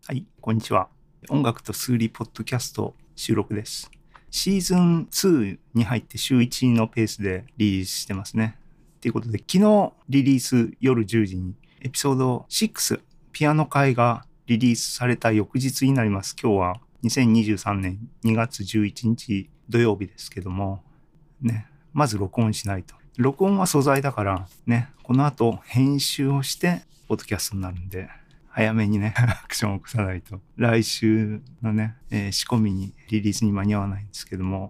はい、こんにちは。音楽と数理ポッドキャスト収録です。シーズン2に入って週1のペースでリリースしてますね。ということで、昨日リリース夜10時にエピソード6ピアノ会がリリースされた翌日になります。今日は2023年2月11日土曜日ですけども、ね、まず録音しないと。録音は素材だからね、この後編集をしてポッドキャストになるんで、早めにね、アクションを起こさないと、来週のね、仕込みに、リリースに間に合わないんですけども。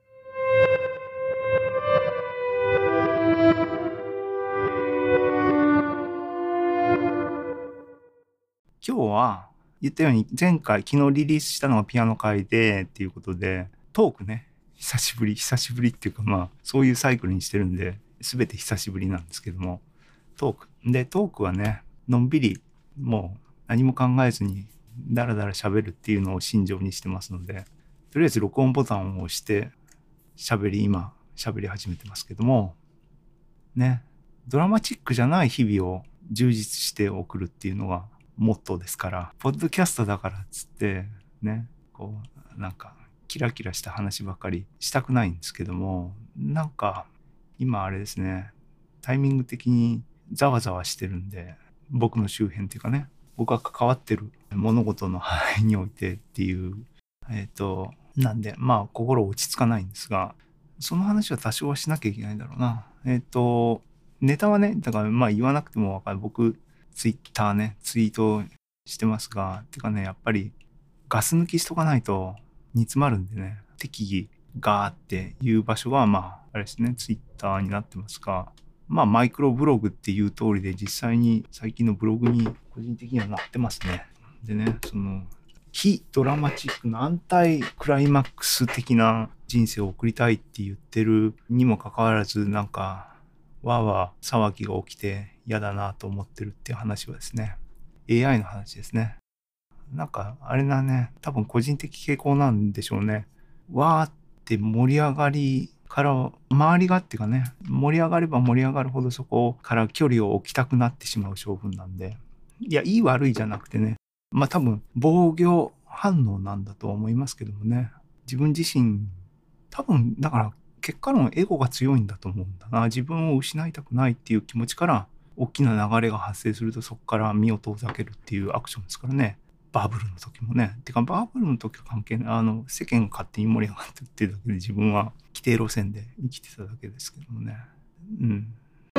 今日は、言ったように、前回、昨日リリースしたのがピアノ会で、っていうことで、トークね、久しぶりっていうか、まあ、そういうサイクルにしてるんで、すべて久しぶりなんですけども、トーク。で、トークはね、のんびり、もう、何も考えずにダラダラ喋るっていうのを信条にしてますので、とりあえず録音ボタンを押して喋り始めてますけども、ね、ドラマチックじゃない日々を充実して送るっていうのがモットーですから、ポッドキャストだからっつってね、こうなんかキラキラした話ばかりしたくないんですけども、なんか今あれですね、タイミング的にざわざわしてるんで、僕の周辺っていうかね、僕が関わってる物事の範囲においてっていう、なんで、まあ心落ち着かないんですが、その話は多少はしなきゃいけないだろうな。ネタはね、だからまあ言わなくてもわかる。僕、ツイッターね、ツイートしてますが、てかね、やっぱりガス抜きしとかないと煮詰まるんでね、適宜ガーっていう場所はまあ、あれですね、ツイッターになってますが、まあマイクロブログっていう通りで実際に最近のブログに個人的にはなってますね。でね、その非ドラマチックな安泰クライマックス的な人生を送りたいって言ってるにもかかわらず、なんかわーわー騒ぎが起きて嫌だなと思ってるっていう話はですね、AI の話ですね。なんかあれだね、多分個人的傾向なんでしょうね。わーって盛り上がりから周りがっていうかね、盛り上がれば盛り上がるほどそこから距離を置きたくなってしまう性分なんで、いやいい悪いじゃなくてね、まあ多分防御反応なんだとは思いますけどもね、自分自身多分だから結果論エゴが強いんだと思うんだな。自分を失いたくないっていう気持ちから大きな流れが発生するとそこから身を遠ざけるっていうアクションですからね。バブルの時もね。てかバブルの時は関係ない。世間が勝手に盛り上がってるっていうだけで自分は規定路線で生きてただけですけどもね。うん。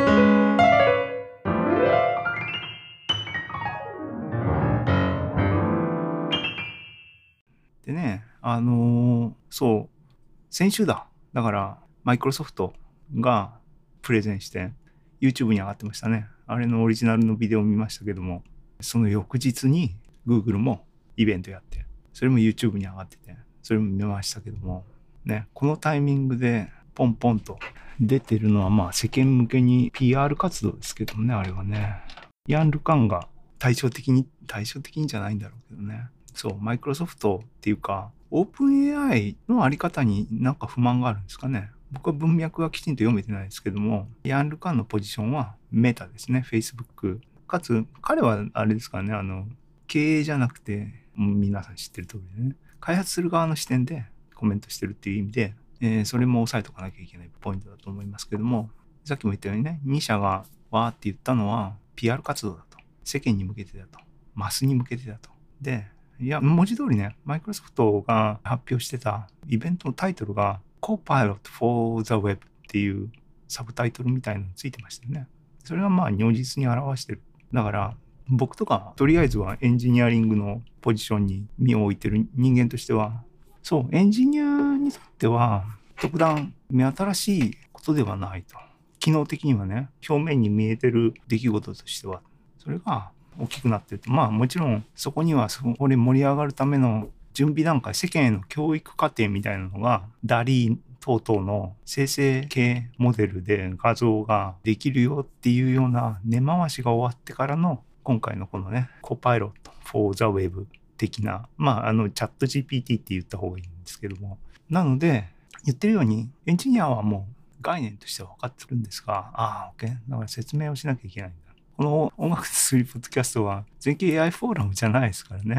でね、そう、先週だ。だから、マイクロソフトがプレゼンして、YouTube に上がってましたね。あれのオリジナルのビデオを見ましたけども、その翌日に Google もイベントやって、それも YouTube に上がってて、それも見ましたけども、ね、このタイミングでポンポンと出てるのは、まあ世間向けに PR 活動ですけどもね、あれはね。ヤン・ルカンが対照的にじゃないんだろうけどね。そう、マイクロソフトっていうか、オープン AI のあり方になんか不満があるんですかね。僕は文脈はきちんと読めてないですけども、ヤン・ルカンのポジションはメタですね、Facebook。かつ、彼はあれですからね、経営じゃなくて、皆さん知ってる通りでね、開発する側の視点でコメントしてるっていう意味で、それも押さえておかなきゃいけないポイントだと思いますけども、さっきも言ったようにね、2社がわーって言ったのは PR 活動だと。世間に向けてだと。マスに向けてだと。で、いや、文字通りね、マイクロソフトが発表してたイベントのタイトルが Copilot for the Web っていうサブタイトルみたいなのついてましたよね。それがまあ如実に表してる。だから僕とかとりあえずはエンジニアリングのポジションに身を置いてる人間としては、そう、エンジニアにとっては特段目新しいことではないと。機能的にはね、表面に見えてる出来事としては、それが大きくなってると。まあもちろんそこにはそこで盛り上がるための準備段階、世間への教育過程みたいなのが、ダリー等々の生成系モデルで画像ができるよっていうような根回しが終わってからの、今回のこのね、Copilot for the Web 的な、まあチャット GPT って言った方がいいんですけども。なので、言ってるように、エンジニアはもう概念としては分かってるんですが、OK。だから説明をしなきゃいけないんだ。この音楽と数理ポッドキャストは全景 AI フォーラムじゃないですからね。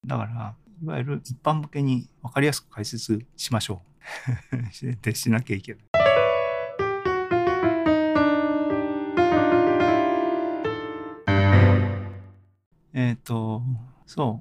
だから、いわゆる一般向けに分かりやすく解説しましょう。で、しなきゃいけない。そう。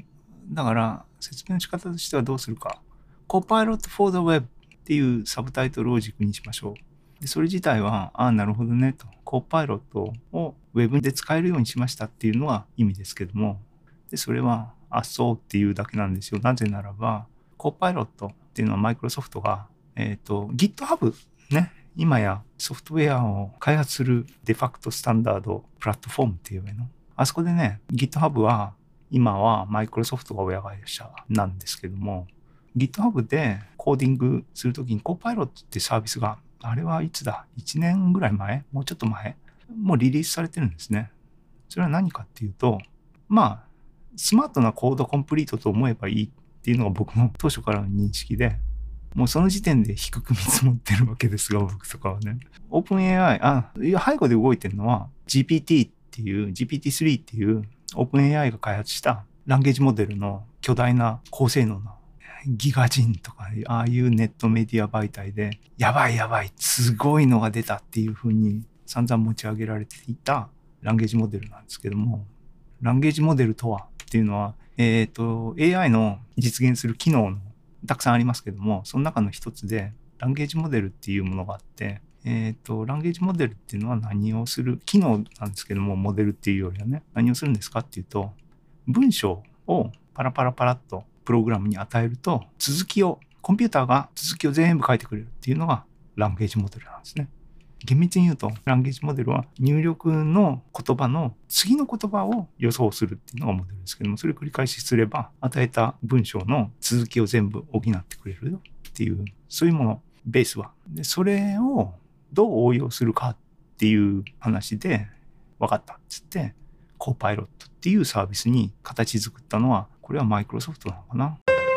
だから、説明の仕方としてはどうするか。Copilot for the Web っていうサブタイトルを軸にしましょう。でそれ自体は、なるほどねと。Copilot を Web で使えるようにしましたっていうのは意味ですけども、でそれは、そうっていうだけなんですよ。なぜならば、Copilot っていうのはマイクロソフトが、GitHub ね。今やソフトウェアを開発するデファクトスタンダードプラットフォームっていうの。あそこでね、GitHub は今はマイクロソフトが親会社なんですけども、GitHub でコーディングするときに Copilot ってサービスが、あれはいつだ ?1 年ぐらい前もうちょっと前もうリリースされてるんですね。それは何かっていうと、スマートなコードコンプリートと思えばいいっていうのが僕の当初からの認識で、もうその時点で低く見積もってるわけですが、僕とかはね。OpenAI、背後で動いてるのは GPT っていう、GPT-3 っていう OpenAI が開発したランゲージモデルの巨大な高性能なギガ人とか、ああいうネットメディア媒体で、やばい、すごいのが出たっていう風に散々持ち上げられていたランゲージモデルなんですけども、ランゲージモデルとはっていうのは、AI の実現する機能のたくさんありますけども、その中の一つで、ランゲージモデルっていうものがあって、ランゲージモデルっていうのは何をする、機能なんですけども、モデルっていうよりはね、何をするんですかっていうと、文章をパラパラっとプログラムに与えると、コンピューターが続きを全部書いてくれるっていうのがランゲージモデルなんですね。厳密に言うと、ランゲージモデルは入力の言葉の次の言葉を予想するっていうのがモデルですけども、それを繰り返しすれば、与えた文章の続きを全部補ってくれるよっていう、そういうもの、ベースは。で、それをどう応用するかっていう話で、分かったっつって、コパイロットっていうサービスに形作ったのは、これはマイクロソフトなのかな。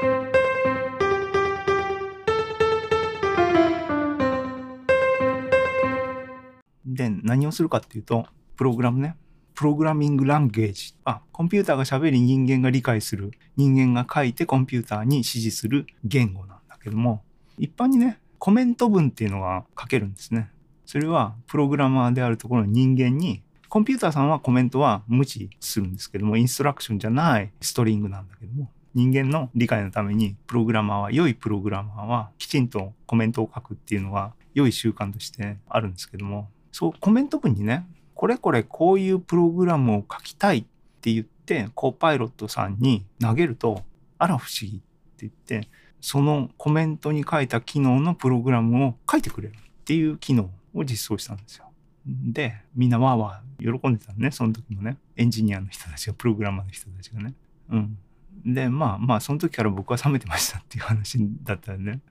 で、何をするかっていうと、プログラミングランゲージ。コンピューターが喋り人間が理解する。人間が書いてコンピューターに指示する言語なんだけども、一般にね、コメント文っていうのが書けるんですね。それは、プログラマーであるところの人間に、コンピューターさんはコメントは無視するんですけども、インストラクションじゃないストリングなんだけども、人間の理解のために、良いプログラマーはきちんとコメントを書くっていうのが良い習慣としてあるんですけども、そう、コメント文にね、こういうプログラムを書きたいって言って、コパイロットさんに投げると、あら不思議って言って、そのコメントに書いた機能のプログラムを書いてくれるっていう機能を実装したんですよ。で、みんなわーわー喜んでたのね、その時もね。エンジニアの人たちが、プログラマーの人たちがね。うん。で、その時から僕は冷めてましたっていう話だったよね。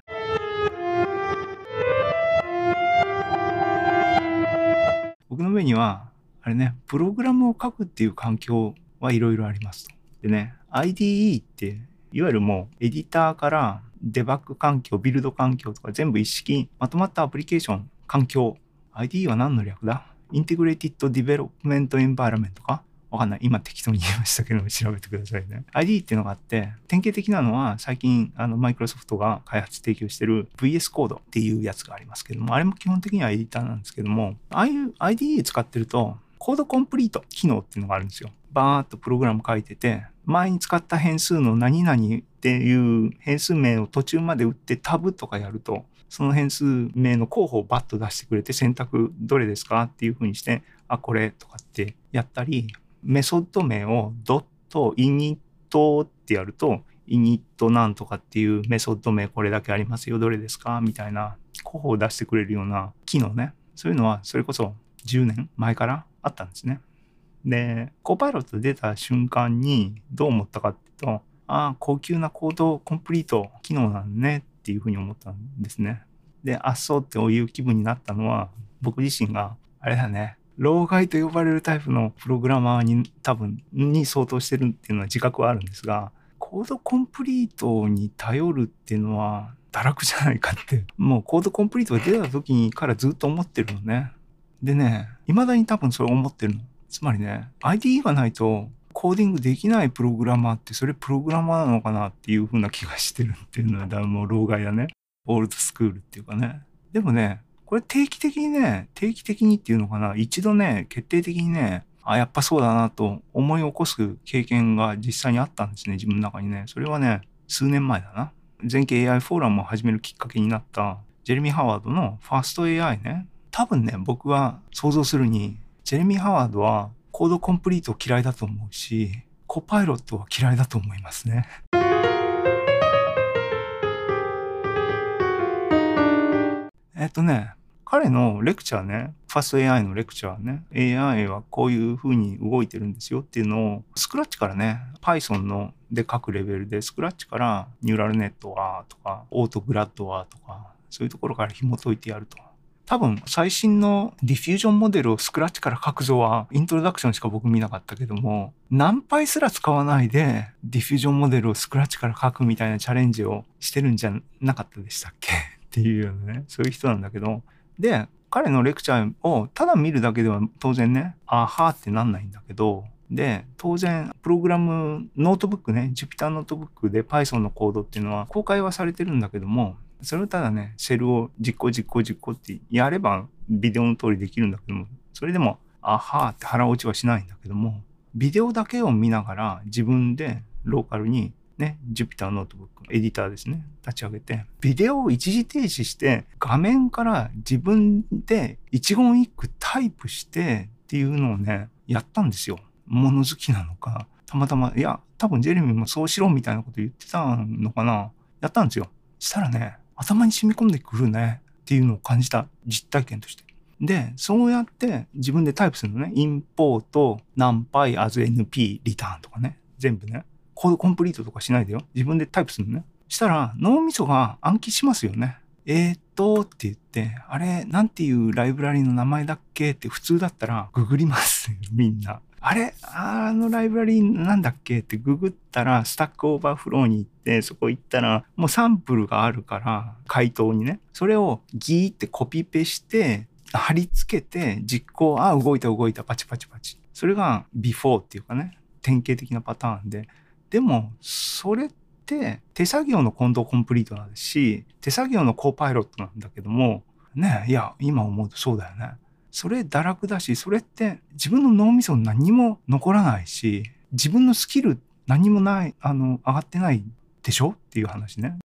僕の目には、プログラムを書くっていう環境はいろいろありますと。でね、IDE って、いわゆるもうエディターからデバッグ環境、ビルド環境とか全部一式まとまったアプリケーション、環境。IDE は何の略だ？インテグレーティッドディベロップメントエンバイラメントか？わかんない。今適当に言いましたけど、調べてくださいね。IDE っていうのがあって、典型的なのは最近、マイクロソフトが開発提供してる VS コードっていうやつがありますけども、あれも基本的にはエディターなんですけども、ああいう IDE 使ってると、コードコンプリート機能っていうのがあるんですよ。バーっとプログラム書いてて、前に使った変数の何々っていう変数名を途中まで打ってタブとかやると、その変数名の候補をバッと出してくれて選択どれですかっていう風にして、これとかってやったり、メソッド名をドットイニットってやると、イニットなんとかっていうメソッド名これだけありますよ、どれですかみたいな候補を出してくれるような機能ね。そういうのはそれこそ10年前からあったんですね。で、コパイロット出た瞬間にどう思ったかっていうと、高級なコードコンプリート機能なんねっていうふうに思ったんですね。で、そうっていう気分になったのは、僕自身が、老害と呼ばれるタイプのプログラマーに相当してるっていうのは自覚はあるんですが、コードコンプリートに頼るっていうのは堕落じゃないかって、もうコードコンプリートが出た時からずっと思ってるのね。でね、未だに多分それ思ってるの。つまりね、IDE がないとコーディングできないプログラマーってそれプログラマーなのかなっていう風な気がしてるっていうのは、だからもう老害だね。オールドスクールっていうかね。でもね、これ定期的にっていうのかな、一度ね、決定的にね、あ、やっぱそうだなと思い起こす経験が実際にあったんですね、自分の中にね。それはね、数年前だな。全景 AI フォーラムを始めるきっかけになったジェレミー・ハワードのファースト AI ね。多分ね、僕は想像するに、ジェレミー・ハワードはコードコンプリート嫌いだと思うし、コパイロットは嫌いだと思いますね。彼のレクチャーね、ファースト AI のレクチャーね、AI はこういう風に動いてるんですよっていうのを、スクラッチからね、Python ので書くレベルで、スクラッチからニューラルネットはとか、オートグラッドはとか、そういうところから紐解いてやると。多分、最新のディフュージョンモデルをスクラッチから書くぞは、イントロダクションしか僕見なかったけども、何倍すら使わないで、ディフュージョンモデルをスクラッチから書くみたいなチャレンジをしてるんじゃなかったでしたっけっていうよね、そういう人なんだけど、で、彼のレクチャーをただ見るだけでは当然ね、あはーってなんないんだけど、で、当然、プログラム、ノートブックね、Jupyter ノートブックで Python のコードっていうのは公開はされてるんだけども、それをただね、セルを実行ってやればビデオの通りできるんだけども、それでも、あはーって腹落ちはしないんだけども、ビデオだけを見ながら自分でローカルにね、Jupyter ノートブック、エディターですね、立ち上げて、ビデオを一時停止して、画面から自分で一言一句タイプしてっていうのをね、やったんですよ。物好きなのか、たまたま、いや、多分ジェレミーもそうしろみたいなこと言ってたのかな。やったんですよ。したらね、頭に染み込んでくるねっていうのを感じた実体験として。で、そうやって自分でタイプするのね。インポート、numpy as np、リターンとかね。全部ね。コードコンプリートとかしないでよ。自分でタイプするのね。したら脳みそが暗記しますよね。って言って、あれ、なんていうライブラリの名前だっけって普通だったらググりますよ、みんな。あれ、あのライブラリなんだっけってググったら、スタックオーバーフローに行って、そこ行ったら、もうサンプルがあるから、回答にね。それをギーってコピペして、貼り付けて、実行、動いた、パチパチパチ。それが before っていうかね、典型的なパターンで。でも、それって手作業のコントコンプリートなんですし、手作業のコーパイロットなんだけども、ね、いや、今思うとそうだよね。それ堕落だし、それって自分の脳みそに何も残らないし、自分のスキル何もない、上がってないでしょっていう話ね。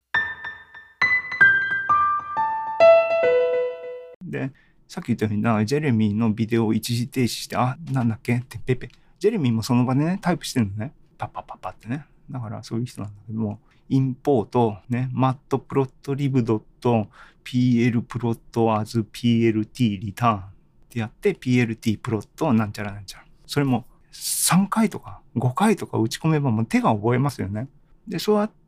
で、さっき言ったように、ジェレミーのビデオを一時停止して、なんだっけってペペ。ジェレミーもその場でね、タイプしてるのね。パッパッパッパってね。だからそういう人なんだけども、インポート、ね、matplotlib.plprot as plt リターンってやって、plt プロットなんちゃらなんちゃら。それも3回とか5回とか打ち込めばもう手が覚えますよね。で、そうやって、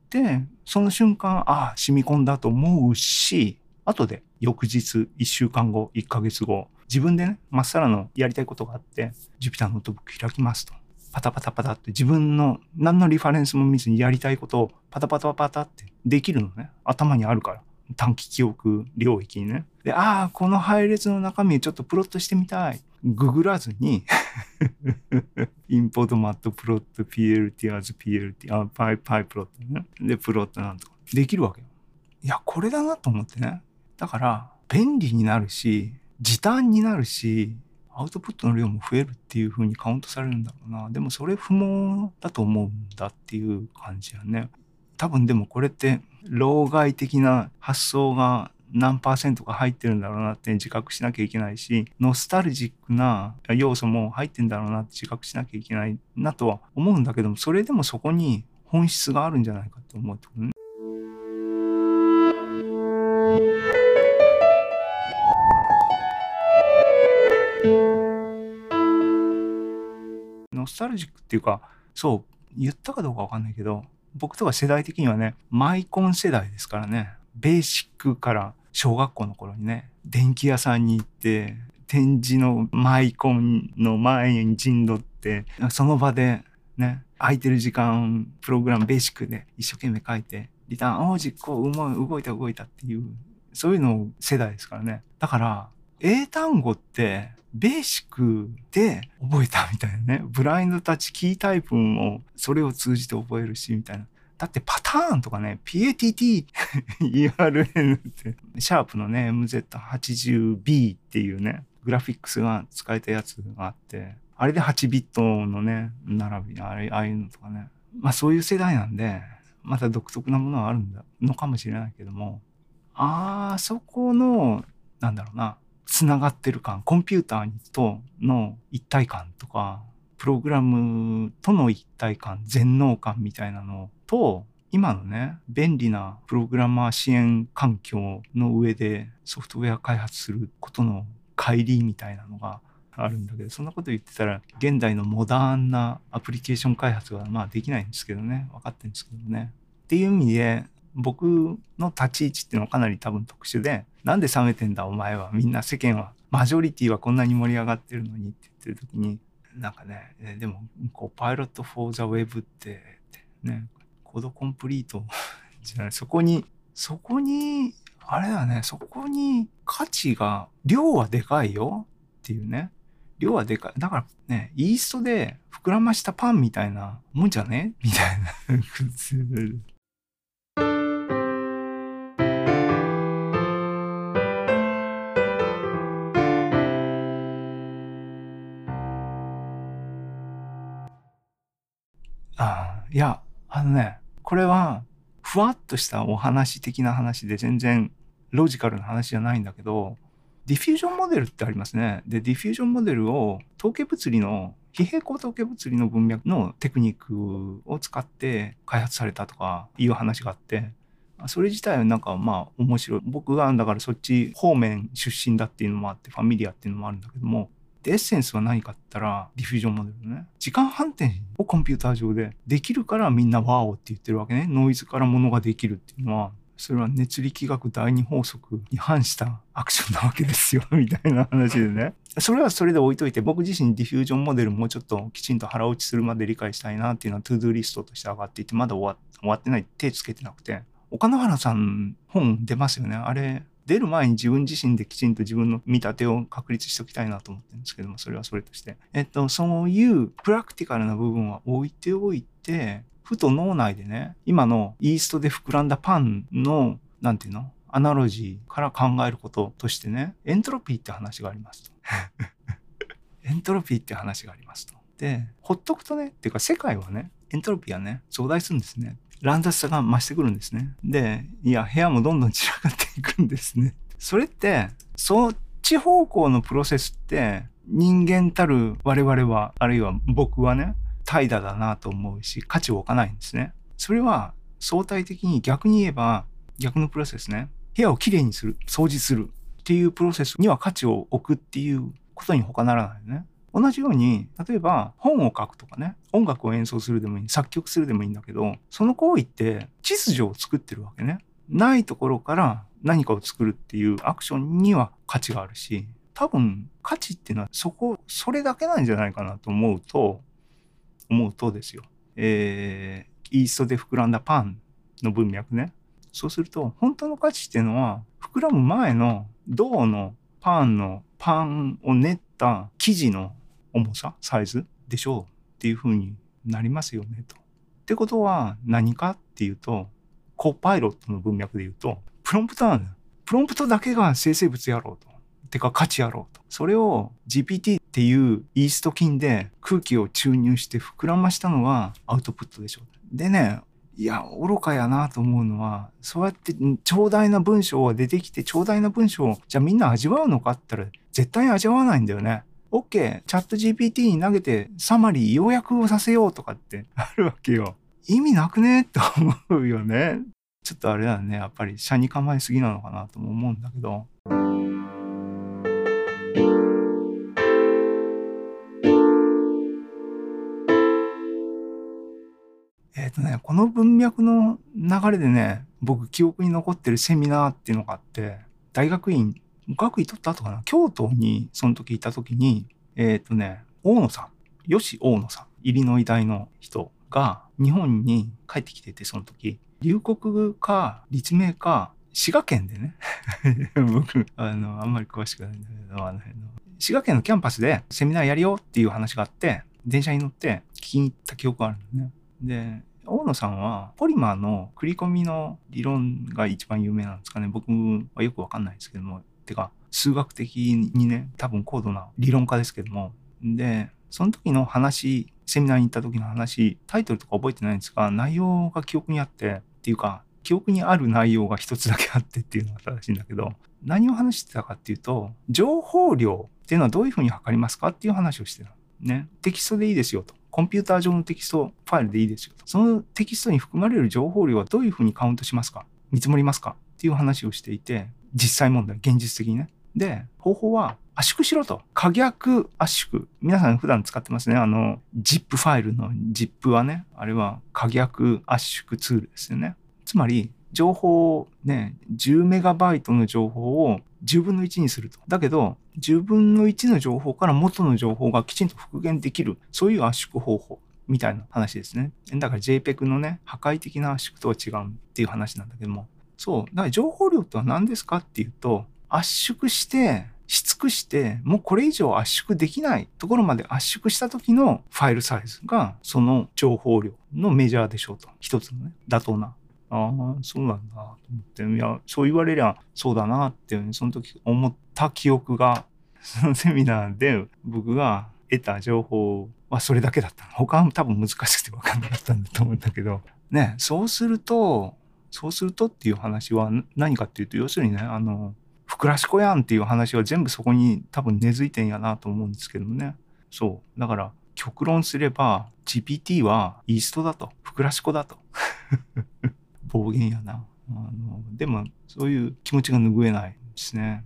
その瞬間、染み込んだと思うし、後で翌日、1週間後、1ヶ月後、自分でね、まっさらのやりたいことがあって、Jupyter ノートブック開きますと。パタパタパタって自分の何のリファレンスも見ずにやりたいことをパタパタパタってできるのね。頭にあるから。短期記憶領域にね。で、この配列の中身ちょっとプロットしてみたい。ググらずにインポートマットプロット PLT as PLT、パイプロットね。で、プロットなんとかできるわけよ。いや、これだなと思ってね。だから、便利になるし、時短になるし、アウトプットの量も増えるっていう風にカウントされるんだろうな。でもそれ不毛だと思うんだっていう感じやね。多分でもこれって老害的な発想が何%か入ってるんだろうなって自覚しなきゃいけないし、ノスタルジックな要素も入ってんだろうなって自覚しなきゃいけないなとは思うんだけども、それでもそこに本質があるんじゃないかと思うってことね。ノスタルジックっていうか、そう言ったかどうかわかんないけど、僕とか世代的にはね、マイコン世代ですからね。ベーシックから小学校の頃にね、電気屋さんに行って、展示のマイコンの前に陣取って、その場でね、空いてる時間、プログラムベーシックで一生懸命書いて、リターン、実行、動いたっていう、そういうの世代ですからね。だから、 英単語ってベーシックで覚えたみたいなね。ブラインドタッチキータイプもそれを通じて覚えるし、みたいな。だってパターンとかね、PATT、ERN って、シャープのね、MZ80B っていうね、グラフィックスが使えたやつがあって、あれで8ビットのね、並び、ああいうのとかね。まあそういう世代なんで、また独特なものはあるのかもしれないけども、そこの、なんだろうな、つながってる感、コンピューターとの一体感とか、プログラムとの一体感、全能感みたいなのと、今のね、便利なプログラマー支援環境の上でソフトウェア開発することの乖離みたいなのがあるんだけど、そんなこと言ってたら、現代のモダンなアプリケーション開発はまあできないんですけどね、分かってるんですけどね。っていう意味で、僕の立ち位置っていうのはかなり多分特殊で、なんで冷めてんだお前は、みんな世間は、マジョリティはこんなに盛り上がってるのにって言ってる時に、なんかね、でも、パイロットフォーザウェブってね、コードコンプリートじゃない、そこに、あれだね、そこに価値が、量はでかいよっていうね。量はでかい。だからね、イーストで膨らましたパンみたいなもんじゃねみたいな。いや、これは、ふわっとしたお話的な話で全然ロジカルな話じゃないんだけど、ディフュージョンモデルってありますね。で、ディフュージョンモデルを統計物理の、非平行統計物理の文脈のテクニックを使って開発されたとかいう話があって、それ自体はなんかまあ面白い。僕がだからそっち方面出身だっていうのもあって、ファミリアっていうのもあるんだけども、で、エッセンスは何かって言ったら、ディフュージョンモデルね。時間反転をコンピューター上でできるからみんなワーオって言ってるわけね。ノイズからものができるっていうのは、それは熱力学第二法則に反したアクションなわけですよ、みたいな話でね。それはそれで置いといて、僕自身ディフュージョンモデルもうちょっときちんと腹落ちするまで理解したいなっていうのはトゥードゥーリストとして上がっていて、まだ終わってない、手つけてなくて。岡野原さん本出ますよね。あれ、出る前に自分自身できちんと自分の見立てを確立しておきたいなと思ってるんですけども、それはそれとして。そういうプラクティカルな部分は置いておいて、ふと脳内でね、今のイーストで膨らんだパンの、なんていうの？アナロジーから考えることとしてね、エントロピーって話がありますと。エントロピーって話がありますと。で、ほっとくとね、っていうか世界はね、エントロピーはね、増大するんですね。乱雑さが増してくるんですね。で、いや、部屋もどんどん散らかっていくんですね。それって、そっち方向のプロセスって、人間たる我々は、あるいは僕はね、怠惰だなと思うし、価値を置かないんですね。それは相対的に逆に言えば、逆のプロセスね。部屋をきれいにする、掃除するっていうプロセスには価値を置くっていうことに他ならないね。同じように、例えば本を書くとかね、音楽を演奏するでもいい、作曲するでもいいんだけど、その行為って秩序を作ってるわけね。ないところから何かを作るっていうアクションには価値があるし、多分価値っていうのはそれだけなんじゃないかなと思うとですよ。イーストで膨らんだパンの文脈ね。そうすると、本当の価値っていうのは、膨らむ前の銅のパンを練った生地の重さ、サイズでしょうっていう風になりますよねと。ってことは何かっていうと、コパイロットの文脈で言うと、プロンプトなんだよ。プロンプトだけが生成物やろうと。てか価値やろうと。それを GPT っていうイースト菌で空気を注入して膨らましたのがアウトプットでしょう。でね、いや、愚かやなと思うのは、そうやって長大な文章が出てきて、長大な文章を、じゃあみんな味わうのかって言ったら、絶対に味わわないんだよね。OK、チャット GPT に投げて、サマリー要約をさせようとかってあるわけよ。意味なくねって思うよね。ちょっとあれだね、やっぱり車に構えすぎなのかなとも思うんだけど。この文脈の流れでね、僕記憶に残ってるセミナーっていうのがあって、大学院取った後かな、京都にその時いた時に、大野さん、吉大野さん、イリノイ大の人が日本に帰ってきてて、その時、留国か立命か滋賀県でね僕あんまり詳しくないんだけど、滋賀県のキャンパスでセミナーやるよっていう話があって、電車に乗って聞きに行った記憶があるんだね。で、大野さんはポリマーの繰り込みの理論が一番有名なんですかね。僕はよくわかんないですけども。てか、数学的にね、多分高度な理論家ですけども。で、その時の話、セミナーに行った時の話、タイトルとか覚えてないんですが、内容が記憶にあって、っていうか、記憶にある内容が一つだけあってっていうのが正しいんだけど、何を話してたかっていうと、情報量っていうのはどういうふうに測りますかっていう話をしてた。ね。テキストでいいですよと。コンピューター上のテキストファイルでいいですよと。そのテキストに含まれる情報量はどういうふうにカウントしますか、見積もりますかっていう話をしていて、実際問題、現実的にね。で、方法は圧縮しろと。可逆圧縮。皆さん普段使ってますね。ZIP ファイルの ZIP はね、あれは可逆圧縮ツールですよね。つまり、情報ね、10メガバイトの情報を10分の1にすると。だけど、10分の1の情報から元の情報がきちんと復元できる。そういう圧縮方法みたいな話ですね。だから JPEG のね、破壊的な圧縮とは違うっていう話なんだけども。そう。だから情報量とは何ですかっていうと、圧縮して、し尽くして、もうこれ以上圧縮できないところまで圧縮した時のファイルサイズが、その情報量のメジャーでしょうと。一つのね、妥当な。ああ、そうなんだと思って、いや、そう言われりゃそうだなって、その時思った記憶が、そのセミナーで僕が得た情報はそれだけだった。他は多分難しくて分かんなかったんだと思うんだけど、ね、そうするとっていう話は何かっていうと、要するにね、ふくらしこやんっていう話は全部そこに多分根付いてんやなと思うんですけどもね。そう。だから、極論すれば GPT はイーストだと。ふくらしこだと。暴言やな。でも、そういう気持ちが拭えないですね。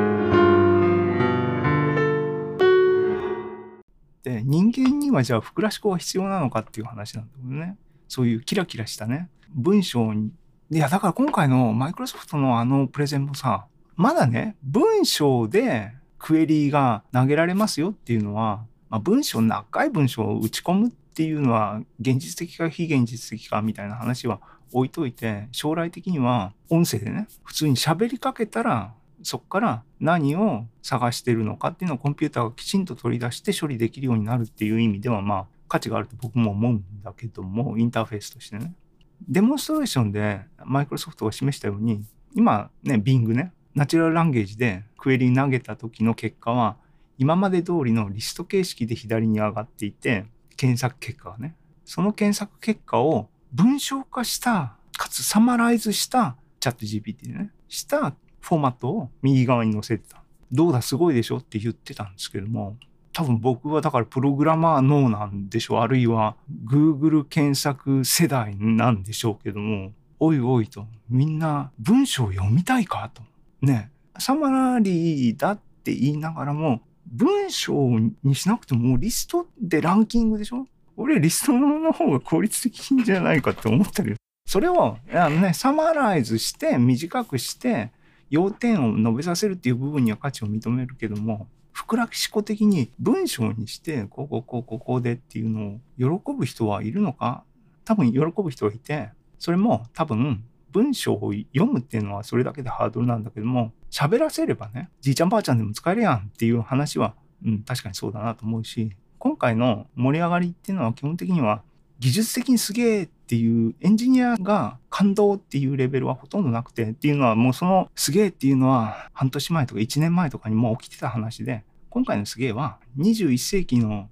で、人間にはじゃあ、ふくらしこが必要なのかっていう話なんだけどね。そういうキラキラしたね、文章に。いや、だから今回のマイクロソフトのプレゼンもさ、まだね、文章でクエリが投げられますよっていうのは、長い文章を打ち込むっていうのは、現実的か非現実的かみたいな話は置いといて、将来的には音声でね、普通に喋りかけたら、そこから何を探してるのかっていうのをコンピューターがきちんと取り出して処理できるようになるっていう意味では、価値があると僕も思うんだけども、インターフェースとしてね。デモンストレーションでマイクロソフトが示したように、今ね、Bing ね、ナチュラルランゲージでクエリ投げた時の結果は、今まで通りのリスト形式で左に上がっていて、検索結果がね、その検索結果を文章化した、かつサマライズしたチャット GPT でね、したフォーマットを右側に載せてた。どうだすごいでしょって言ってたんですけども、多分僕はだからプログラマー脳なんでしょう。あるいは Google 検索世代なんでしょうけども、おいおいと、みんな文章を読みたいかと。ね。サマラリーだって言いながらも、文章にしなくてもリストでランキングでしょ。俺リストの方が効率的じゃないかって思ってるよ。それをサマライズして短くして要点を述べさせるっていう部分には価値を認めるけども、ふくらしこ的に文章にしてこうでっていうのを喜ぶ人はいるのか。多分喜ぶ人がいて、それも多分文章を読むっていうのはそれだけでハードルなんだけども、喋らせればね、じいちゃんばあちゃんでも使えるやんっていう話は、確かにそうだなと思うし、今回の盛り上がりっていうのは基本的には技術的にすげえっていうエンジニアが感動っていうレベルはほとんどなくて、っていうのはもうそのすげえっていうのは半年前とか1年前とかにもう起きてた話で、今回のすげえは21世紀の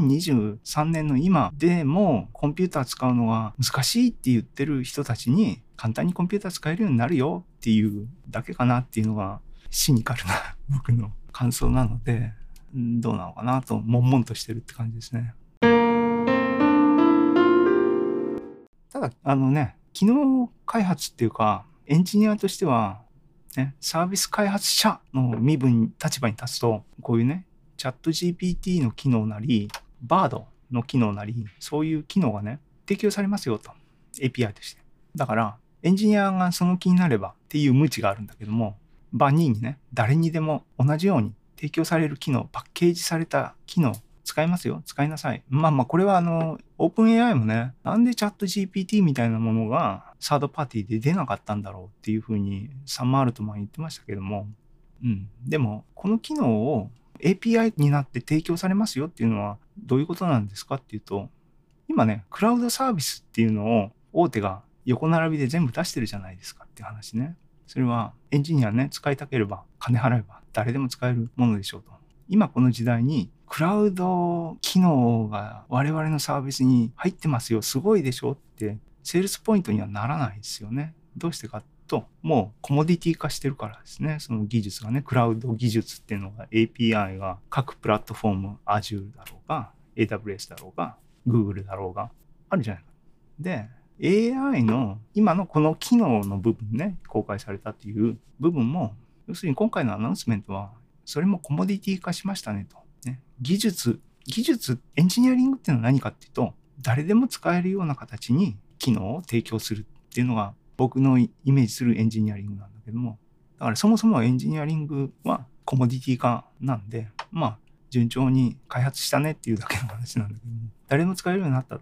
2023年の今でもコンピューター使うのが難しいって言ってる人たちに簡単にコンピューター使えるようになるよっていうだけかなっていうのがシニカルな僕の感想なので、どうなのかなと悶々としてるって感じですね。ただ機能開発っていうかエンジニアとしてはね、サービス開発者の身分立場に立つと、こういうね、チャット GPT の機能なり、Bard の機能なり、そういう機能がね、提供されますよと。API として。だから、エンジニアがその気になればっていう無知があるんだけども、万人にね、誰にでも同じように提供される機能、パッケージされた機能、使えますよ。使いなさい。これはオープン AI もね、なんでチャット GPT みたいなものがサードパーティーで出なかったんだろうっていうふうにサム・アルトマン言ってましたけども、でもこの機能を API になって提供されますよっていうのはどういうことなんですかっていうと、今ね、クラウドサービスっていうのを大手が横並びで全部出してるじゃないですかっていう話ね。それはエンジニアね、使いたければ金払えば誰でも使えるものでしょうと。今この時代にクラウド機能が我々のサービスに入ってますよ、すごいでしょってセールスポイントにはならないですよね。どうしてかと、もうコモディティ化してるからですね。その技術がね、クラウド技術っていうのが API が各プラットフォーム、Azure だろうが、AWS だろうが、Google だろうがあるじゃないか。で、AI の今のこの機能の部分ね、公開されたっていう部分も、要するに今回のアナウンスメントは、それもコモディティ化しましたねと。ね、技術、エンジニアリングっていうのは何かっていうと、誰でも使えるような形に機能を提供するっていうのが僕のイメージするエンジニアリングなんだけども、だからそもそもエンジニアリングはコモディティ化なんで、まあ順調に開発したねっていうだけの話なんだけども、誰でも使えるようになったと。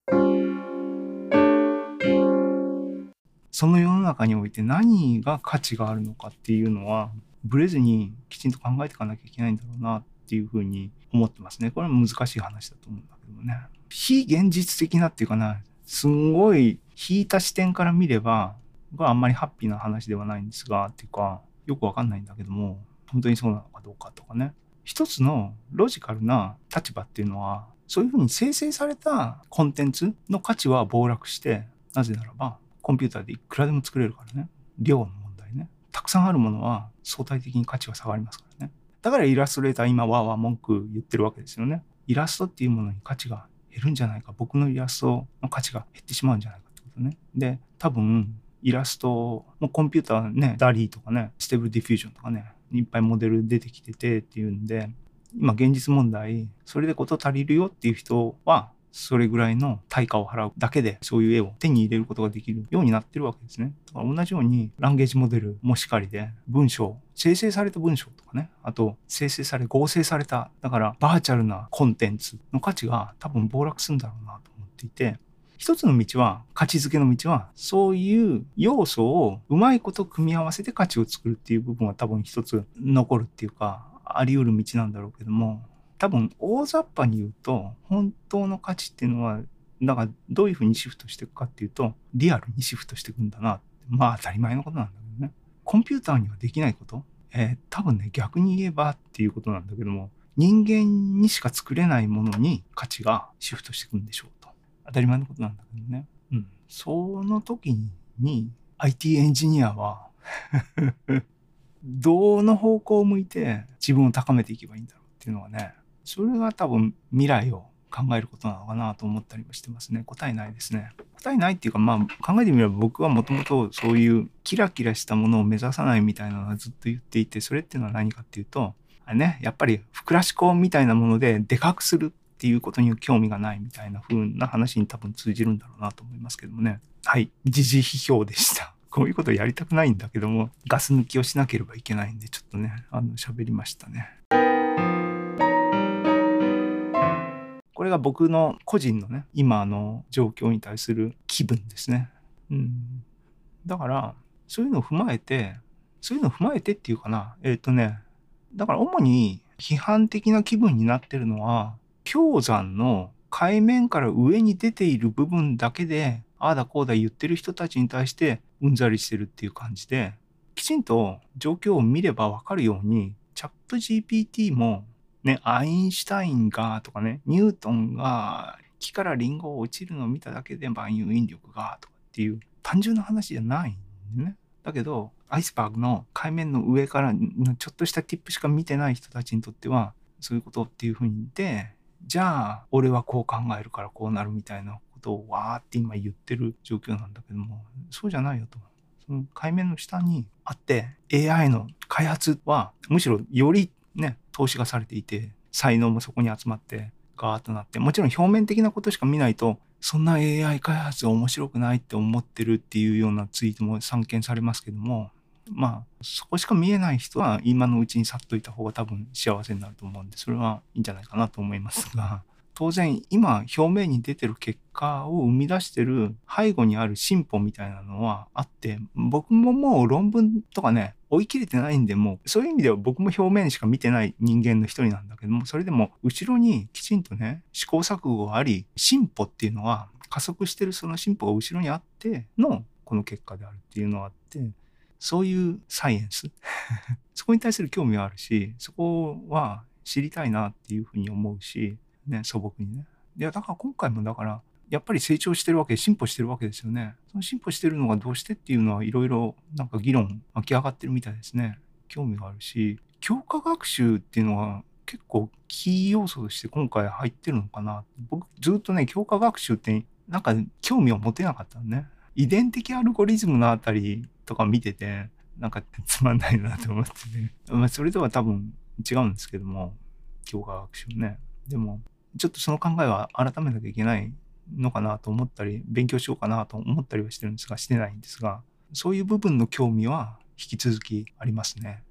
その世の中において何が価値があるのかっていうのは、ブレずにきちんと考えていかなきゃいけないんだろうなっていうふうに思ってますね。これは難しい話だと思うんだけどもね。非現実的なっていうかな、すんごい引いた視点から見れば、これはあんまりハッピーな話ではないんですが、っていうか、よくわかんないんだけども、本当にそうなのかどうかとかね。一つのロジカルな立場っていうのは、そういうふうに生成されたコンテンツの価値は暴落して、なぜならば、コンピューターでいくらでも作れるからね。量の問題ね。たくさんあるものは相対的に価値が下がりますからね。だからイラストレーター今わーわー文句言ってるわけですよね。イラストっていうものに価値が減るんじゃないか。僕のイラストの価値が減ってしまうんじゃないかってことね。で、多分イラストもコンピューターね、ダリーとかね、ステーブルディフュージョンとかね、いっぱいモデル出てきててっていうんで、今現実問題、それで事足りるよっていう人は、それぐらいの対価を払うだけでそういう絵を手に入れることができるようになってるわけですね。だから同じようにランゲージモデルもしかりで文章、生成された文章とかね、あと生成され合成された、だからバーチャルなコンテンツの価値が多分暴落するんだろうなと思っていて、一つの道は、価値づけの道は、そういう要素をうまいこと組み合わせて価値を作るっていう部分は多分一つ残るっていうか、あり得る道なんだろうけども、多分大雑把に言うと本当の価値っていうのはだからどういうふうにシフトしていくかっていうとリアルにシフトしていくんだな。まあ当たり前のことなんだけどね。コンピューターにはできないこと、多分ね逆に言えばっていうことなんだけども、人間にしか作れないものに価値がシフトしていくんでしょうと。当たり前のことなんだけどね。その時に IT エンジニアはどの方向を向いて自分を高めていけばいいんだろうっていうのはね、それが多分未来を考えることなのかなと思ったりもしてますね。答えないですね。答えないっていうか、まあ考えてみれば僕はもともとそういうキラキラしたものを目指さないみたいなのはずっと言っていて、それっていうのは何かっていうと、あれね、やっぱりふくらし子みたいなものででかくするっていうことに興味がないみたいな風な話に多分通じるんだろうなと思いますけどもね。はい、時事批評でした。こういうことやりたくないんだけども、ガス抜きをしなければいけないんで、ちょっとね、喋りましたね。これが僕の個人のね、今の状況に対する気分ですね。だから、そういうのを踏まえてっていうかな、だから主に批判的な気分になってるのは、氷山の海面から上に出ている部分だけで、ああだこうだ言ってる人たちに対してうんざりしてるっていう感じで、きちんと状況を見ればわかるように、チャット GPT もね、アインシュタインがとかね、ニュートンが木からリンゴを落ちるのを見ただけで万有引力がとかっていう単純な話じゃないんだよね。だけど、アイスバーグの海面の上からちょっとしたティップしか見てない人たちにとっては、そういうことっていうふうにで、じゃあ、俺はこう考えるからこうなるみたいなことをわーって今言ってる状況なんだけども、そうじゃないよと。その海面の下にあって、AI の開発はむしろよりね、投資がされていて、才能もそこに集まってガーッとなって、もちろん表面的なことしか見ないと、そんな AI 開発は面白くないって思ってるっていうようなツイートも散見されますけども、まあそこしか見えない人は今のうちに去っといた方が多分幸せになると思うんで、それはいいんじゃないかなと思いますが、 当然今表面に出てる結果を生み出してる背後にある進歩みたいなのはあって、僕ももう論文とかね、追い切れてないんで、もうそういう意味では僕も表面しか見てない人間の一人なんだけども、それでも後ろにきちんとね、試行錯誤があり、進歩っていうのは加速してるその進歩が後ろにあってのこの結果であるっていうのがあって、そういうサイエンスそこに対する興味はあるし、そこは知りたいなっていうふうに思うし、ね、素朴にね。いや、だから今回もだから、やっぱり成長してるわけ、進歩してるわけですよね。その進歩してるのがどうしてっていうのはいろいろなんか議論湧き上がってるみたいですね。興味があるし、強化学習っていうのは結構キー要素として今回入ってるのかな。僕ずっとね、強化学習ってなんか興味を持てなかったのね。遺伝的アルゴリズムのあたりとか見てて、なんかつまんないなと思ってね。まあそれとは多分違うんですけども、強化学習ね。でも、ちょっとその考えは改めなきゃいけないのかなと思ったり、勉強しようかなと思ったりはしてるんですが、してないんですが、そういう部分の興味は引き続きありますね。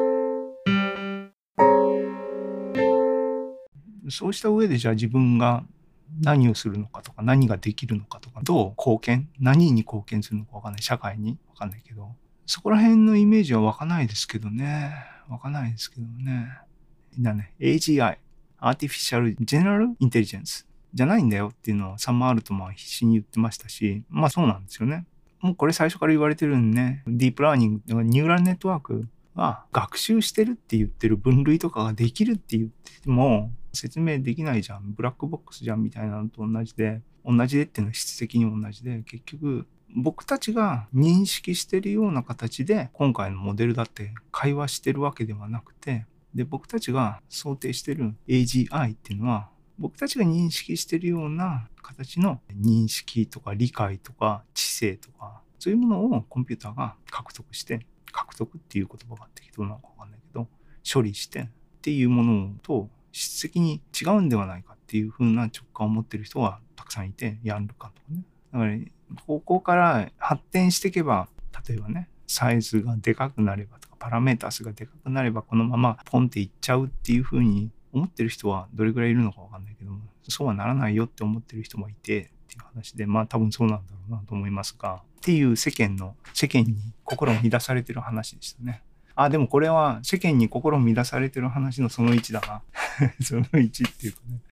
そうした上でじゃあ自分が何をするのかとか何ができるのかとか、どう貢献、何に貢献するのかわかんない、社会にわかんないけど、そこら辺のイメージは湧かないですけどね。湧かないですけどね。みんなね、AGI、Artificial General Intelligence じゃないんだよっていうのをサム・アルトマンは必死に言ってましたし、まあそうなんですよね。もうこれ最初から言われてるんでね、ディープラーニング、ニューラルネットワークは学習してるって言ってる分類とかができるって言っても説明できないじゃん。ブラックボックスじゃんみたいなのと同じでっていうのは質的に同じで、結局僕たちが認識してるような形で今回のモデルだって会話してるわけではなくて、で、僕たちが想定してる AGI っていうのは、僕たちが認識してるような形の認識とか理解とか知性とか、そういうものをコンピューターが獲得して、獲得っていう言葉が適当なのかわかんないけど、処理してっていうものと質的に違うんではないかっていう風な直感を持ってる人がたくさんいて、ヤンルカンとかね。だから、ここから発展していけば、例えばね、サイズがでかくなればとか、パラメータ数がでかくなれば、このままポンっていっちゃうっていう風に思ってる人はどれぐらいいるのかわかんないけども、そうはならないよって思ってる人もいてっていう話で、まあ多分そうなんだろうなと思いますが、っていう世間に心を乱されてる話でしたね。あ、でもこれは世間に心を乱されてる話のその1だな。その1っていうかね。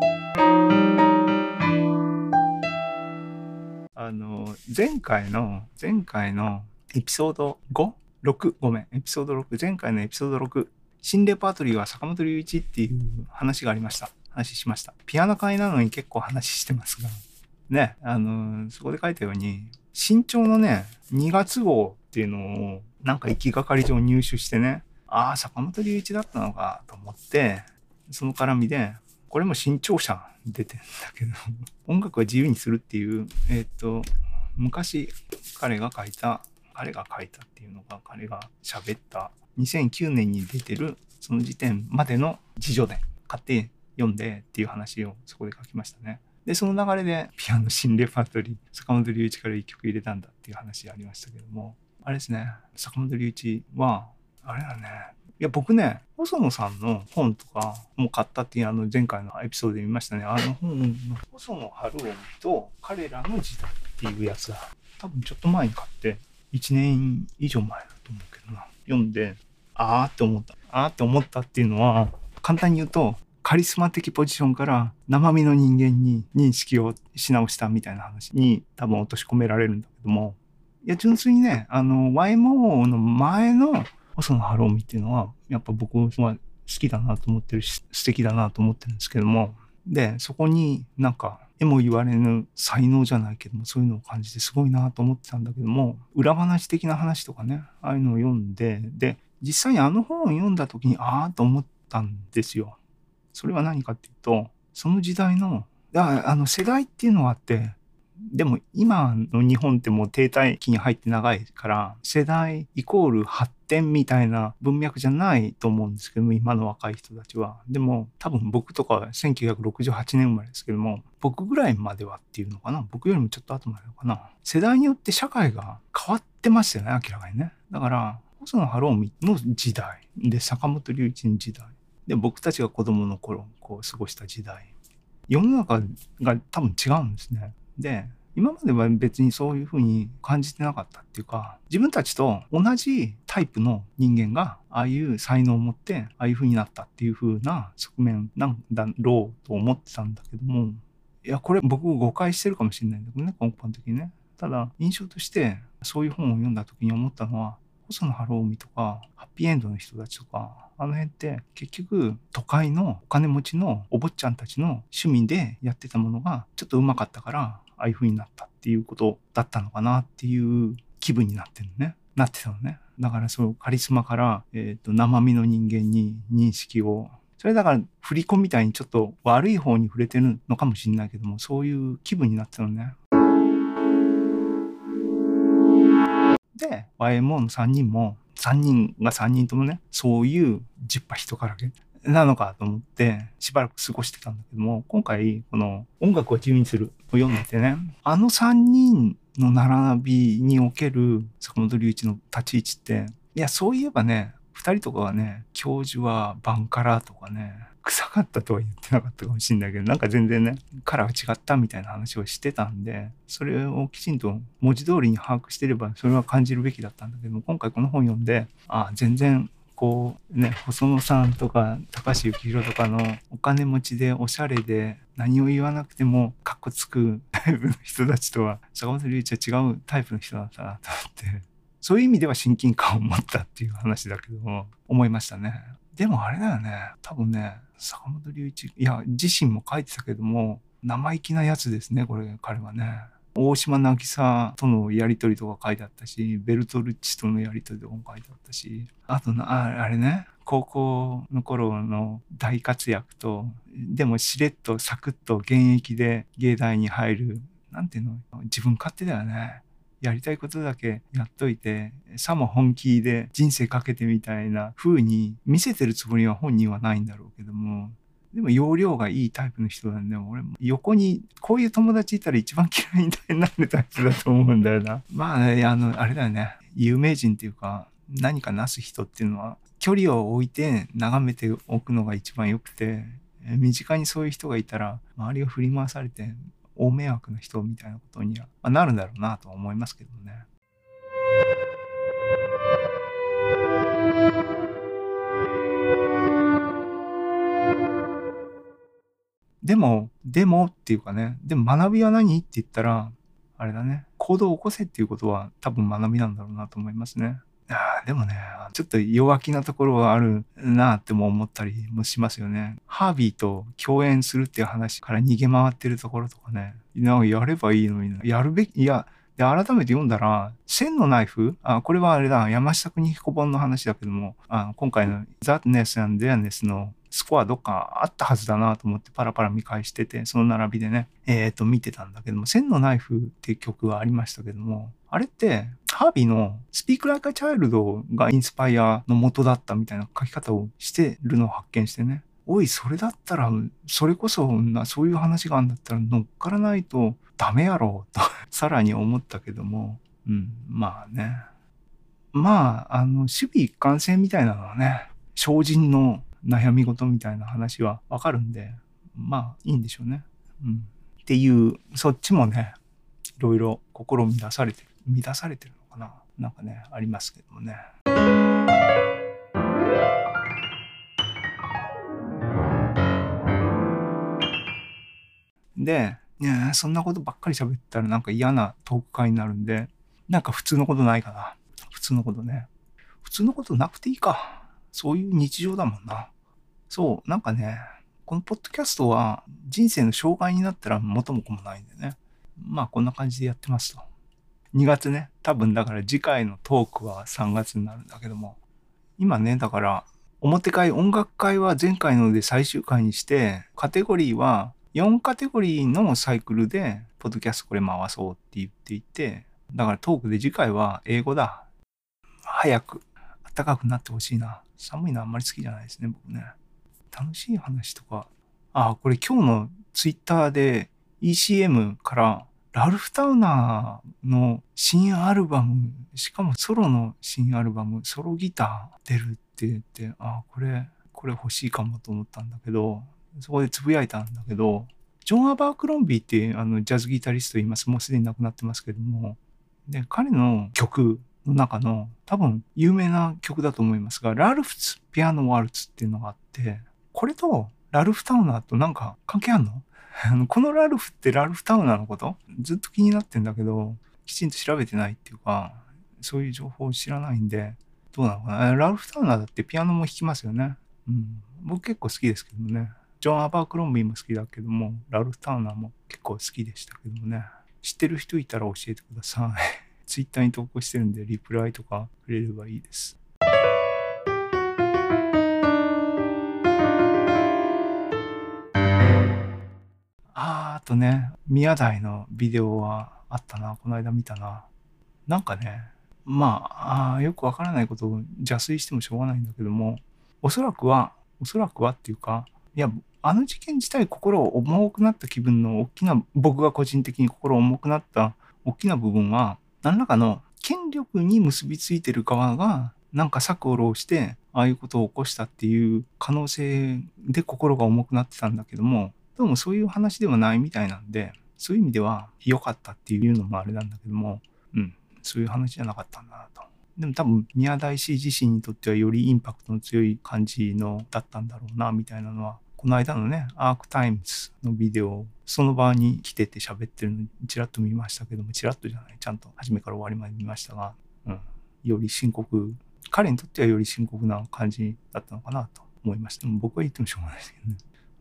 前回のエピソード 5?6? ごめん。エピソード6。前回のエピソード6。新レパートリーは坂本龍一っていう話がありました。話しました。ピアノ会なのに結構話してますが。ね、そこで書いたように、新潮のね、2月号っていうのを、なんか行きがかり上入手してね、ああ、坂本龍一だったのかと思って、その絡みで、これも新潮社出てんだけど、音楽は自由にするっていう、昔彼が書いたっていうのが、彼が喋った2009年に出てるその時点までの自叙伝買って読んでっていう話をそこで書きましたね。で、その流れでピアノ新レパートリー、坂本龍一から一曲入れたんだっていう話ありましたけども、あれですね、坂本龍一は、あれだね、いや、僕ね、細野さんの本とかも買ったっていう前回のエピソードで見ましたね。あの本の細野晴臣と彼らの時代っていうやつだ。多分ちょっと前に買って、1年以上前だと思うけどな。読んで、あーって思った。あーって思ったっていうのは、簡単に言うと、カリスマ的ポジションから生身の人間に認識をし直したみたいな話に多分落とし込められるんだけども、いや、純粋にね、YMO の前の細野晴臣っていうのは、やっぱ僕は好きだなと思ってるし、素敵だなと思ってるんですけども、で、そこになんか、えも言われぬ才能じゃないけども、そういうのを感じてすごいなと思ってたんだけども、裏話的な話とかね、ああいうのを読んで、で、実際にあの本を読んだ時に、ああと思ったんですよ。それは何かっていうと、その時代の、世代っていうのがあって、でも今の日本ってもう停滞期に入って長いから、世代イコール発展みたいな文脈じゃないと思うんですけども、今の若い人たちは。でも多分僕とかは1968年生まれですけども、僕ぐらいまではっていうのかな。僕よりもちょっと後までかな。世代によって社会が変わってますよね、明らかにね。だから、細野晴臣の時代で、坂本龍一の時代で、僕たちが子供の頃こう過ごした時代世の中が多分違うんですね。で、今までは別にそういうふうに感じてなかったっていうか、自分たちと同じタイプの人間が、ああいう才能を持って、ああいうふうになったっていうふうな側面なんだろうと思ってたんだけども、いや、これ僕誤解してるかもしれないんだけどね、根本的にね。ただ、印象として、そういう本を読んだ時に思ったのは、細野晴臣とか、ハッピーエンドの人たちとか、あの辺って結局都会のお金持ちのお坊ちゃんたちの趣味でやってたものがちょっと上手かったから、ああいう風になったっていうことだったのかなっていう気分になってるのね。なってたのね。だからそのカリスマから、生身の人間に認識を、それだから振り子みたいにちょっと悪い方に触れてるのかもしれないけども、そういう気分になってたのね。で、YMO の3人も、3人が3人ともね、そういうジッパ人からけなのかと思って、しばらく過ごしてたんだけども、今回、この音楽を自由にするを読んでてね、あの3人の並びにおける坂本龍一の立ち位置って、いや、そういえばね、2人とかはね、教授はバンカラとかね、臭かったとは言ってなかったかもしれないけど、なんか全然ね、カラーが違ったみたいな話をしてたんで、それをきちんと文字通りに把握してれば、それは感じるべきだったんだけども、今回この本読んで、全然、こうね、細野さんとか高橋幸宏とかのお金持ちでおしゃれで何を言わなくてもカッコつくタイプの人たちとは坂本龍一は違うタイプの人だったなと思って、そういう意味では親近感を持ったっていう話だけども、思いましたね。でもあれだよね。多分ね、坂本龍一、いや、自身も書いてたけども、生意気なやつですね、これ、彼はね。大島渚とのやりとりとか書いてあったし、ベルトルッチとのやりとりとかも書いてあったし、あとあれね、高校の頃の大活躍と、でもしれっとサクッと現役で芸大に入る、なんていうの、自分勝手だよね。やりたいことだけやっといて、さも本気で人生かけてみたいな風に見せてるつもりは本人はないんだろうけども、でも容量がいいタイプの人なんで、俺も横にこういう友達いたら一番嫌いになるタイプだと思うんだよな。まあね、あれだよね。有名人っていうか、何かなす人っていうのは、距離を置いて眺めておくのが一番良くて、身近にそういう人がいたら、周りが振り回されて、大迷惑な人みたいなことにはなるんだろうなとは思いますけどね。でもっていうかね、でも学びは何って言ったら、あれだね、行動を起こせっていうことは多分学びなんだろうなと思いますね。でもね、ちょっと弱気なところはあるなっても思ったりもしますよね。ハービーと共演するっていう話から逃げ回ってるところとかね、なんかやればいいのにな。やるべき、いや、で、改めて読んだら、千のナイフこれはあれだ、山下邦彦本の話だけども、今回の Thatness and Thereness のスコアどっかあったはずだなと思ってパラパラ見返してて、その並びでね、見てたんだけども、千のナイフっていう曲がありましたけども、あれって、ハービーの Speak Like a Child がインスパイアの元だったみたいな書き方をしてるのを発見してね、おい、それだったら、それこそそういう話があるんだったら乗っからないとダメやろうとさらに思ったけども、まあね。まあ、守備一貫性みたいなのはね、精進の悩み事みたいな話はわかるんで、まあいいんでしょうね。っていう、そっちもね、いろいろ心を乱されてるのかな。なんかね、ありますけどもね。で、そんなことばっかり喋ったらなんか嫌なトーク会になるんで、なんか普通のことないかな。普通のことね。普通のことなくていいか。そういう日常だもんな。そう、なんかね、このポッドキャストは人生の障害になったら元も子もないんでね。まあこんな感じでやってますと。2月ね、多分だから次回のトークは3月になるんだけども、今ね、だから表会、音楽会は前回ので最終回にして、カテゴリーは4カテゴリーのサイクルで、ポッドキャストこれ回そうって言っていて、だからトークで次回は英語だ。早く、暖かくなってほしいな。寒いのあんまり好きじゃないですね、僕ね。楽しい話とか。これ今日のツイッターで ECM からラルフ・タウナーの新アルバム、しかもソロの新アルバム、ソロギター出るって言って、これ欲しいかもと思ったんだけど、そこでつぶやいたんだけど、 ジョン・アバークロンビーっていうジャズギタリストいます。もうすでに亡くなってますけども。で、彼の曲の中の多分有名な曲だと思いますが、ラルフツピアノワルツっていうのがあって、これとラルフ・タウナーとなんか関係あんの？このラルフってラルフ・タウナーのこと？ずっと気になってんだけど、きちんと調べてないっていうか、そういう情報を知らないんで、どうなのかな。ラルフ・タウナーだってピアノも弾きますよね。うん。僕結構好きですけどもね。ジョン・アバークロンビーも好きだけども、ラルフ・タウナーも結構好きでしたけどもね。知ってる人いたら教えてください。ツイッターに投稿してるんで、リプライとかくれればいいです。あとね、宮台のビデオはあったな。この間見たな。なんかね、よくわからないことを邪推してもしょうがないんだけども、おそらくはっていうか、いや、あの事件自体心重くなった気分の大きな、僕が個人的に心重くなった大きな部分は、何らかの権力に結びついてる側が、なんか策を浪して、ああいうことを起こしたっていう可能性で心が重くなってたんだけども、どうもそういう話ではないみたいなんで、そういう意味では良かったっていうのもあれなんだけども、うん、そういう話じゃなかったんだなと。でも多分宮台氏自身にとってはよりインパクトの強い感じのだったんだろうなみたいなのは、この間のねアークタイムズのビデオ、その場に来てて喋ってるのちらっと見ましたけども、ちらっとじゃない、ちゃんと初めから終わりまで見ましたが、より深刻、彼にとってはより深刻な感じだったのかなと思いました。僕は言ってもしょうがないですけどね。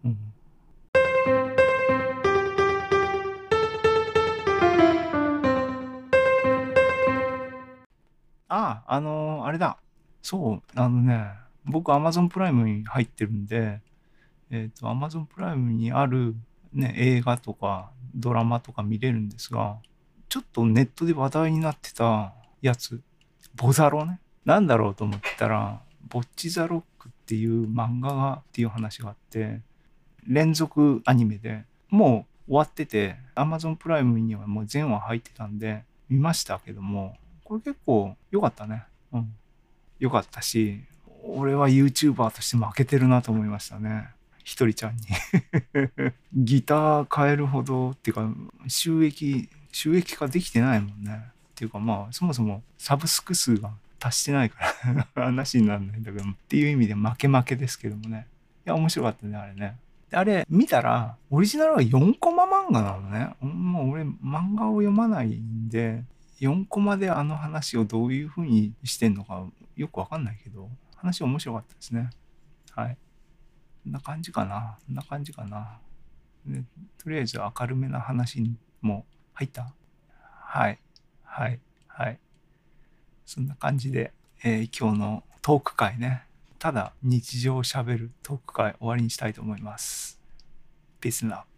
あれだ。そう、僕 Amazon プライムに入ってるんで、Amazon プライムにあるね、映画とかドラマとか見れるんですが、ちょっとネットで話題になってたやつ、ボザロね。なんだろうと思ったら、ボッチザロックっていう漫画がっていう話があって、連続アニメでもう終わってて、Amazon プライムにはもう全話入ってたんで、見ましたけども、これ結構良かったね。良かったし、俺は YouTuber として負けてるなと思いましたね。ひとりちゃんにギター買えるほどっていうか、収益化できてないもんね。っていうかそもそもサブスク数が達してないから話にならないんだけど、っていう意味で負け負けですけどもね。いや、面白かったね、あれね。であれ見たら、オリジナルは4コマ漫画なのね。もう俺漫画を読まないんで、4コマであの話をどういう風にしてんのかよくわかんないけど、話面白かったですね。はい。こんな感じかな。こんな感じかな。でとりあえず明るめな話にも入った。はい。はい。はい。そんな感じで、今日のトーク会ね。ただ日常をしゃべるトーク会終わりにしたいと思います。Peace now.